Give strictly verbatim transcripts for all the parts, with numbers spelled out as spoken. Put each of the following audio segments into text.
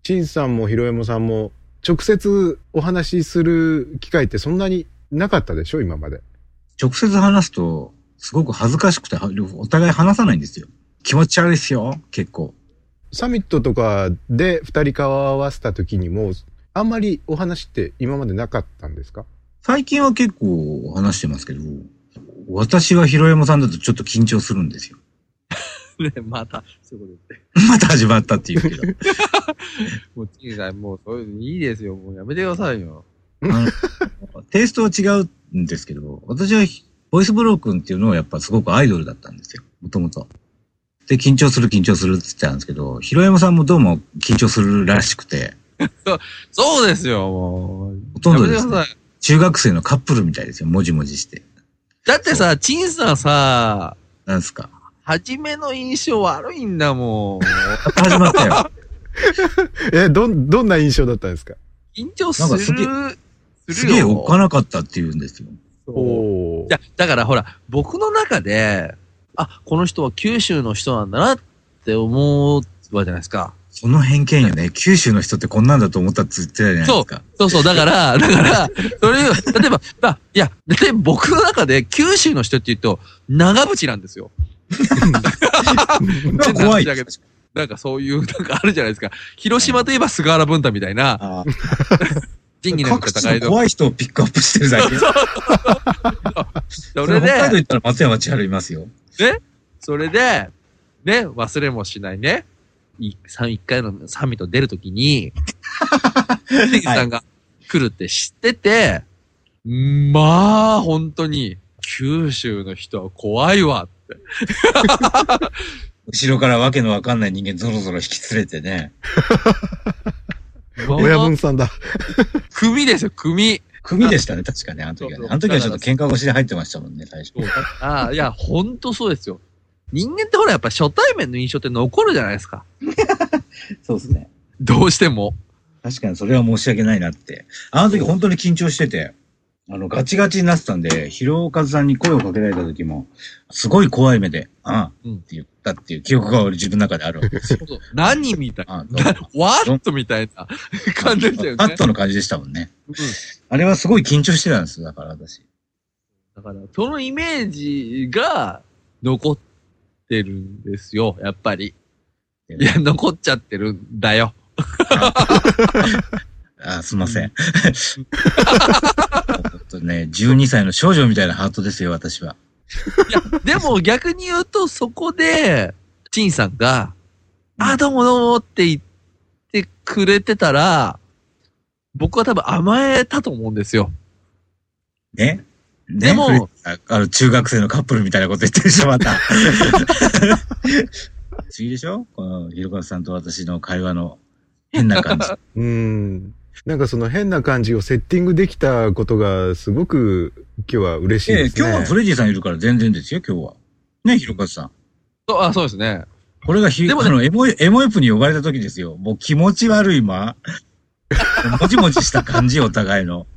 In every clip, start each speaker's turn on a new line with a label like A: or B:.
A: 陳さんもひろやもさんも直接お話しする機会ってそんなになかったでしょ今まで。
B: 直接話すとすごく恥ずかしくてお互い話さないんですよ。気持ち悪いですよ結構。
A: サミットとかで二人顔を合わせた時にもあんまりお話って今までなかったんですか？
B: 最近は結構話してますけど、私がひろやもさんだとちょっと緊張するんですよ。
C: ね、また、そういうこと言って。
B: また始まったって言うけど。
C: もう、チンさん、もう、そういうのいいですよ。もうやめてくださいよ。
B: あのテイストは違うんですけど、私は、ボイスブロー君っていうのはやっぱすごくアイドルだったんですよ。もともと。で、緊張する緊張するって言ってたんですけど、ひろやもさんもどうも緊張するらしくて。
C: そうそうですよ、もう。
B: ほとんどですね、
C: やめてください。
B: 中学生のカップルみたいですよ。もじもじして。
C: だってさ、チンさんさ、
B: なんすか。
C: 初めの印象悪いんだもん。
B: 始まったよ。
A: え、どん、どんな印象だったんですか？
C: 緊張す
B: なんかすげえ
C: る、す
B: す
C: るよ。
B: げえおっかなかったって言うんですよ。
A: おー。
C: いや、だからほら、僕の中で、あ、この人は九州の人なんだなって思うわけじゃないですか。
B: その偏見よね。九州の人ってこんなんだと思ったって言ってたじゃないですか。
C: そうそう、だから、だから、それ、例えば、あ、いや、例えば僕の中で九州の人って言うと、長渕なんですよ。
B: 怖い。
C: なんかそういう、なんかあるじゃないですか。広島といえば菅原文太みたいな。仁義なき戦いの。
B: 怖い人をピックアップしてるだけ。
C: それで、
B: 北海道行ったら松山千春いますよ。
C: ね、それで、ね、忘れもしないね。一回のサミット出るときに、仁義さんが来るって知ってて、まあ、本当に、九州の人は怖いわって。
B: 後ろからわけのわかんない人間ゾロゾロ引き連れてね。
A: 親分さんだ。
C: 組ですよ、組。
B: 組でしたね、確かね、あの時はね。あの時はちょっと喧嘩腰で入ってましたもんね、最初。
C: ああ、いや、ほんとそうですよ。人間ってほら、やっぱ初対面の印象って残るじゃないですか。
B: そうですね。
C: どうしても。
B: 確かにそれは申し訳ないなって。あの時本当に緊張してて、あの、ガチガチになってたんで、ひろかずさんに声をかけられた時も、すごい怖い目で、ああ、うん、って言ったっていう記憶が俺自分の中であるわけですよ。
C: 何みたいな。ワットみたいな感じでしたよね。
B: ワットの感じでしたもんね。うん、あれはすごい緊張してたんですよ、だから私。
C: だから、そのイメージが残ってるんですよ、やっぱり。いや、残っちゃってるんだよ。
B: あ、すいません。とね、じゅうにさいの少女みたいなハートですよ、私は。
C: いや、でも逆に言うと、そこで、チンさんが、うん、あ、どうもどうもって言ってくれてたら、僕は多分甘えたと思うんですよ。
B: ね？
C: でも、ね、
B: あ, あの、中学生のカップルみたいなこと言ってるでしょ、また。不思議でしょ？この、ひろかずさんと私の会話の変な感じ。
A: うーん。なんかその変な感じをセッティングできたことがすごく今日は嬉しいですね。
B: ええ、今日はフレディさんいるから全然ですよ、今日は。ね、ひろかずさん。
C: そう、あ、そうですね。
B: これがひ、でもね、あの、エモ、エモエプに呼ばれた時ですよ。もう気持ち悪い間。もじもじした感じ、お互いの。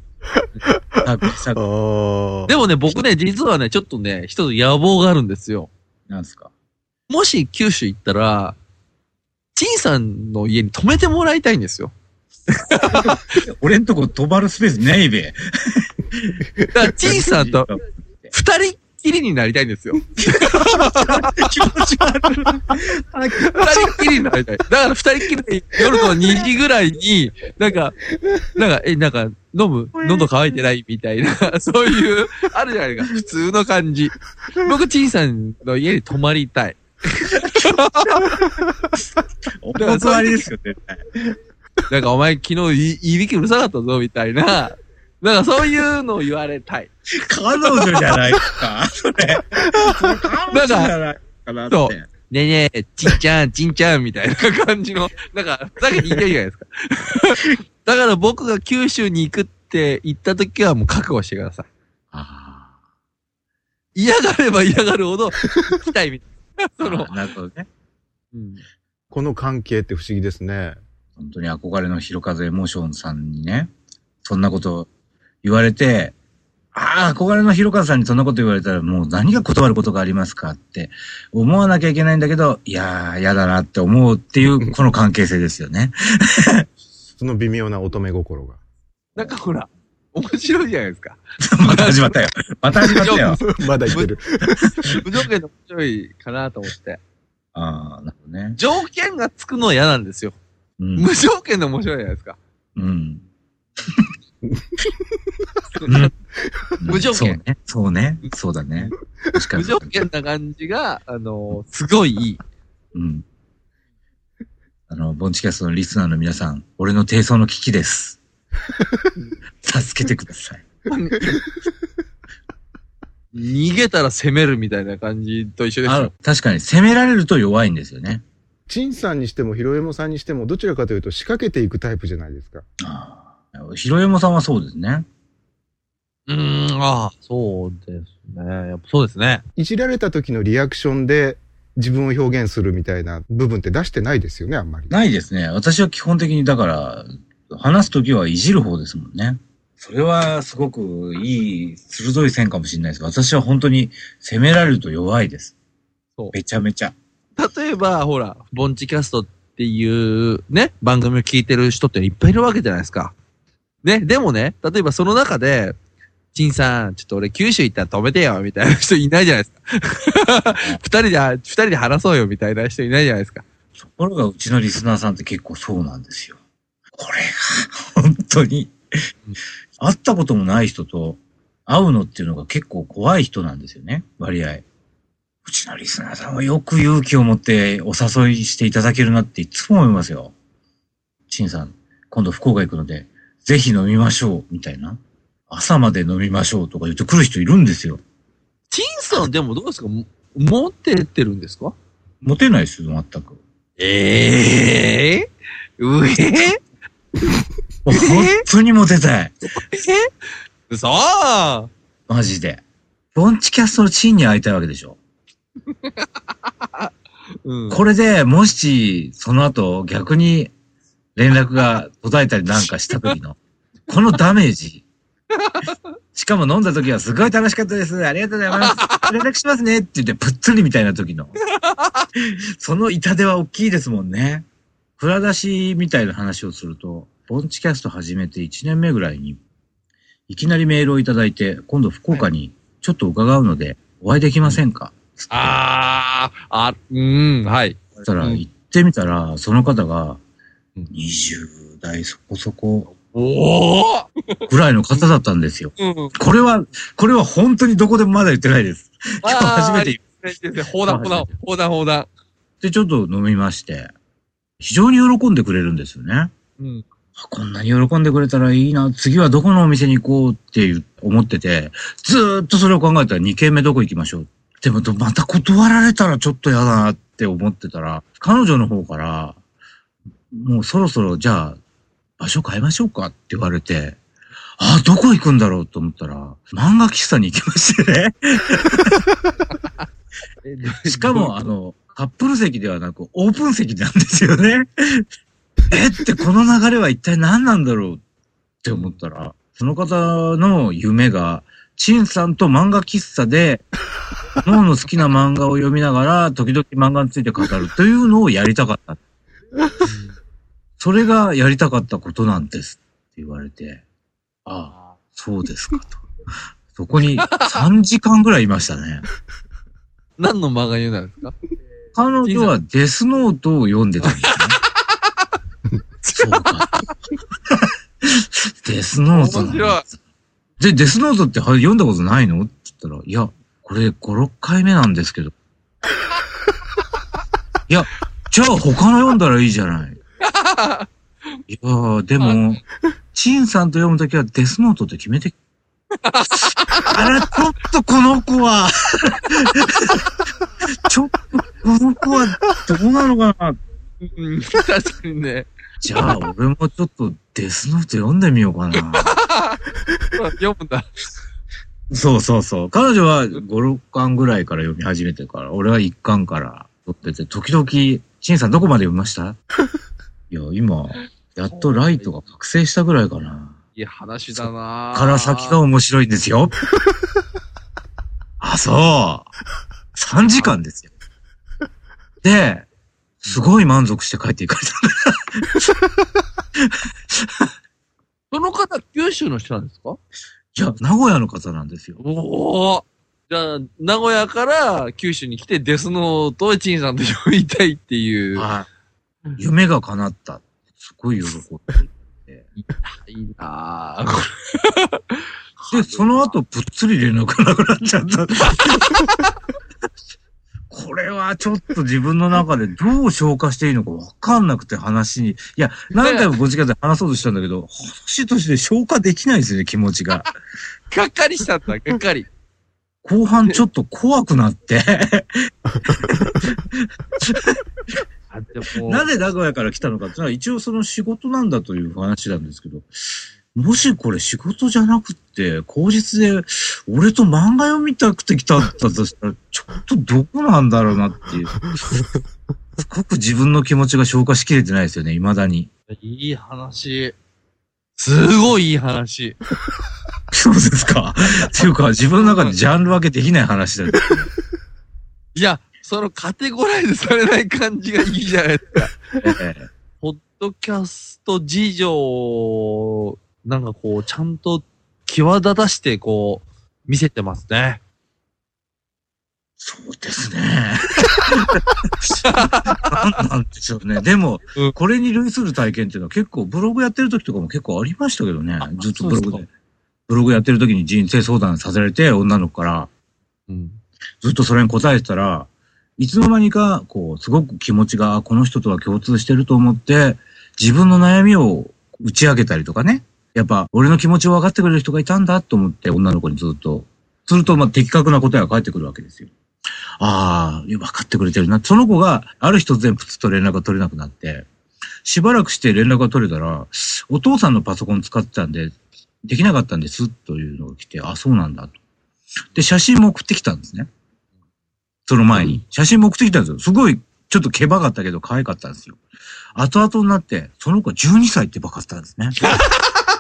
C: でもね、僕ね、実はね、ちょっとね、一つ野望があるんですよ。
B: なんですか？
C: もし九州行ったら、陳さんの家に泊めてもらいたいんですよ。
B: 俺んとこ泊まるスペースないべ。
C: だから、陳さんと二人っきりになりたいんですよ。気持ち悪い。二人っきりになりたい。だから二人っきりで夜のにじぐらいに、なんか、なんか、え、なんか、飲む喉乾いてないみたいな、そういう、あるじゃないですか。普通の感じ。僕、陳さんの家に泊まりたい。
B: お断りですよ、絶対。
C: なんかお前昨日い、いびきうるさかったぞ、みたいな。なんかそういうのを言われたい。
B: 彼女じゃないかそれ。彼女じゃないかなって。そう。
C: ねえねえ、ちんちゃん、ちんちゃん、みたいな感じの、なんか、ふざけて言ってるじゃないですか。だから僕が九州に行くって言った時はもう覚悟してください。ああ。嫌がれば嫌がるほど、行きたいみたいな。その。
B: なるほどね。
A: うん。この関係って不思議ですね。
B: 本当に憧れのひろかずエモーションさんにね、そんなこと言われて、 ああ、憧れの広川さんにそんなこと言われたら、もう何が断ることがありますかって思わなきゃいけないんだけど、いやー、嫌だなって思うっていう、この関係性ですよね。
A: その微妙な乙女心が。
C: なんかほら、面白いじゃないですか。
B: また始まったよ。また始まったよ。
A: まだ言ってる。
C: 無条件の面白いかなと思って。
B: ああ、なるほどね。
C: 条件がつくのは嫌なんですよ。
B: うん、
C: 無条件で面白いじゃないですか。
B: うん。
C: 無条件。
B: そうね。そうね。そうだね。確かに。
C: 無条件な感じが、あのー、すごいいい。
B: うん。あの、ボンチキャストのリスナーの皆さん、俺の低層の危機です。助けてください。
C: 逃げたら攻めるみたいな感じと一緒ですよ。
B: 確かに、攻められると弱いんですよね。
A: 陳さんにしても、ひろえもさんにしても、どちらかというと仕掛けていくタイプじゃないですか。
B: ああ。ひろえもさんはそうですね。
C: うーん、ああ、そうですね。やっぱそうですね。
A: いじられた時のリアクションで自分を表現するみたいな部分って出してないですよね、あんまり。
B: ないですね。私は基本的に、だから、話す時はいじる方ですもんね。それはすごくいい、鋭い線かもしれないです。私は本当に攻められると弱いです。そう。めちゃめちゃ。
C: 例えば、ほら、ボンチキャストっていうね、番組を聞いてる人っていっぱいいるわけじゃないですか。ね、でもね、例えばその中で、陳さん、ちょっと俺九州行ったら止めてよ、みたいな人いないじゃないですか。二人で、二人で話そうよ、みたいな人いないじゃないですか。
B: ところがうちのリスナーさんって結構そうなんですよ。これが、本当に、会ったこともない人と会うのっていうのが結構怖い人なんですよね、割合。うちのリスナーさんはよく勇気を持ってお誘いしていただけるなっていつも思いますよ。陳さん、今度福岡行くので、ぜひ飲みましょう、みたいな。朝まで飲みましょうとか言ってくる人いるんですよ。陳
C: さんでもどうですか？モテてるんですか？
B: モテないですよ、全く。
C: ええー、うえー、
B: 本当にモテたい。
C: えー、嘘ー
B: マジで。ボンチキャストのチンに会いたいわけでしょ。うん、これで、もし、その後、逆に連絡が途絶えたりなんかした時の、このダメージ。しかも飲んだ時はすごい楽しかったです。ありがとうございます。連絡しますねって言ってぷっつりみたいな時の。その痛手は大きいですもんね。蔵出しみたいな話をすると、ボンチキャスト始めていちねんめぐらいに、いきなりメールをいただいて、今度福岡にちょっと伺うので、お会いできませんか？
C: あー、あ、うん、はい。
B: そしたら、行ってみたら、その方が、にじゅう代そこそこ、
C: おー
B: ぐらいの方だったんですよ。うん、これは、これは本当にどこでもまだ言ってないです。今日初めて言う。
C: 砲弾、砲弾、砲弾、砲弾。
B: で、ちょっと飲みまして、非常に喜んでくれるんですよね。うん、こんなに喜んでくれたらいいな、次はどこのお店に行こうって思ってて、ずーっとそれを考えたらに軒目どこ行きましょう。でも、また断られたらちょっと嫌だなって思ってたら、彼女の方から、もうそろそろじゃあ、場所変えましょうかって言われて、ああ、どこ行くんだろうと思ったら、漫画喫茶に行きましてね。しかも、あの、カップル席ではなく、オープン席なんですよね。えって、この流れは一体何なんだろうって思ったら、その方の夢が、陳さんと漫画喫茶で、脳の好きな漫画を読みながら、時々漫画について語るというのをやりたかった。それがやりたかったことなんですって言われて、ああ、そうですかと。そこにさんじかんぐらいいましたね。
C: 何の漫画読んだんですか？
B: 彼女はデスノートを読んでたんですね。そうか。デスノートなんだ。で、デスノートって読んだことないのって言ったら、いや、これご、ろっかいめなんですけど。いや、じゃあ他の読んだらいいじゃない。いやー、でも、チンさんと読むときはデスノートって決めて。あら、ちょっとこの子は、ちょっとこの子はどうなのかな。
C: うん、確かにね。
B: じゃあ、俺もちょっとデスノート読んでみようかな。
C: 読むんだ。
B: そうそうそう。彼女はご、ろっかんぐらいから読み始めてから、俺はいっかんから取ってて、時々、チンさんどこまで読みました？いや、今、やっとライトが覚醒したぐらいかな。
C: いいい話だな
B: から先が面白いんですよ。あ、そう。さんじかんですよ。で、すごい満足して帰っていかれた。
C: その方、九州の人なんですか？
B: いや、名古屋の方なんですよ。
C: おお。じゃあ、名古屋から九州に来てデスノートをチンさんと呼びたいっていう。
B: はい。夢が叶った。すごい喜んで。
C: いいなぁ。
B: で、その後、ぷっつり連絡なくなっちゃった。これはちょっと自分の中でどう消化していいのかわかんなくて話に。いや、何回もご時間で話そうとしたんだけど、話として消化できないんですよね、気持ちが。
C: がっかりしたんだ、がっかり。
B: 後半ちょっと怖くなって。なぜ名古屋から来たのかっていうのは一応その仕事なんだという話なんですけど、もしこれ仕事じゃなくって口実で俺と漫画読みたくて来たんだとしたらちょっとどこなんだろうなっていう。すごく自分の気持ちが消化しきれてないですよね、未だに。
C: いい話。すごいいい話。
B: そうですか。っていうか自分の中でジャンル分けできない話だよ。
C: いや、そのカテゴライズされない感じがいいじゃないですか。ええ、ポッドキャスト事情を、なんかこう、ちゃんと際立たしてこう、見せてますね。
B: そうですね。なんなんでしょうね。でも、うん、これに類する体験っていうのは結構ブログやってる時とかも結構ありましたけどね。ずっとブログで。ブログやってる時に人生相談させられて、女の子から、うん、ずっとそれに答えてたら、いつの間にか、こう、すごく気持ちが、この人とは共通してると思って、自分の悩みを打ち明けたりとかね。やっぱ、俺の気持ちを分かってくれる人がいたんだと思って、女の子にずっと。すると、まあ、的確な答えが返ってくるわけですよ。ああ、分かってくれてるな。その子が、ある日突然プツッと連絡が取れなくなって、しばらくして連絡が取れたら、お父さんのパソコン使ってたんで、できなかったんですというのが来て、あ、そうなんだと。で、写真も送ってきたんですね。その前に。写真も送ってきたんですよ。すごい、ちょっと毛ばかったけど可愛かったんですよ。後々になって、その子はじゅうにさいってばかったんですね。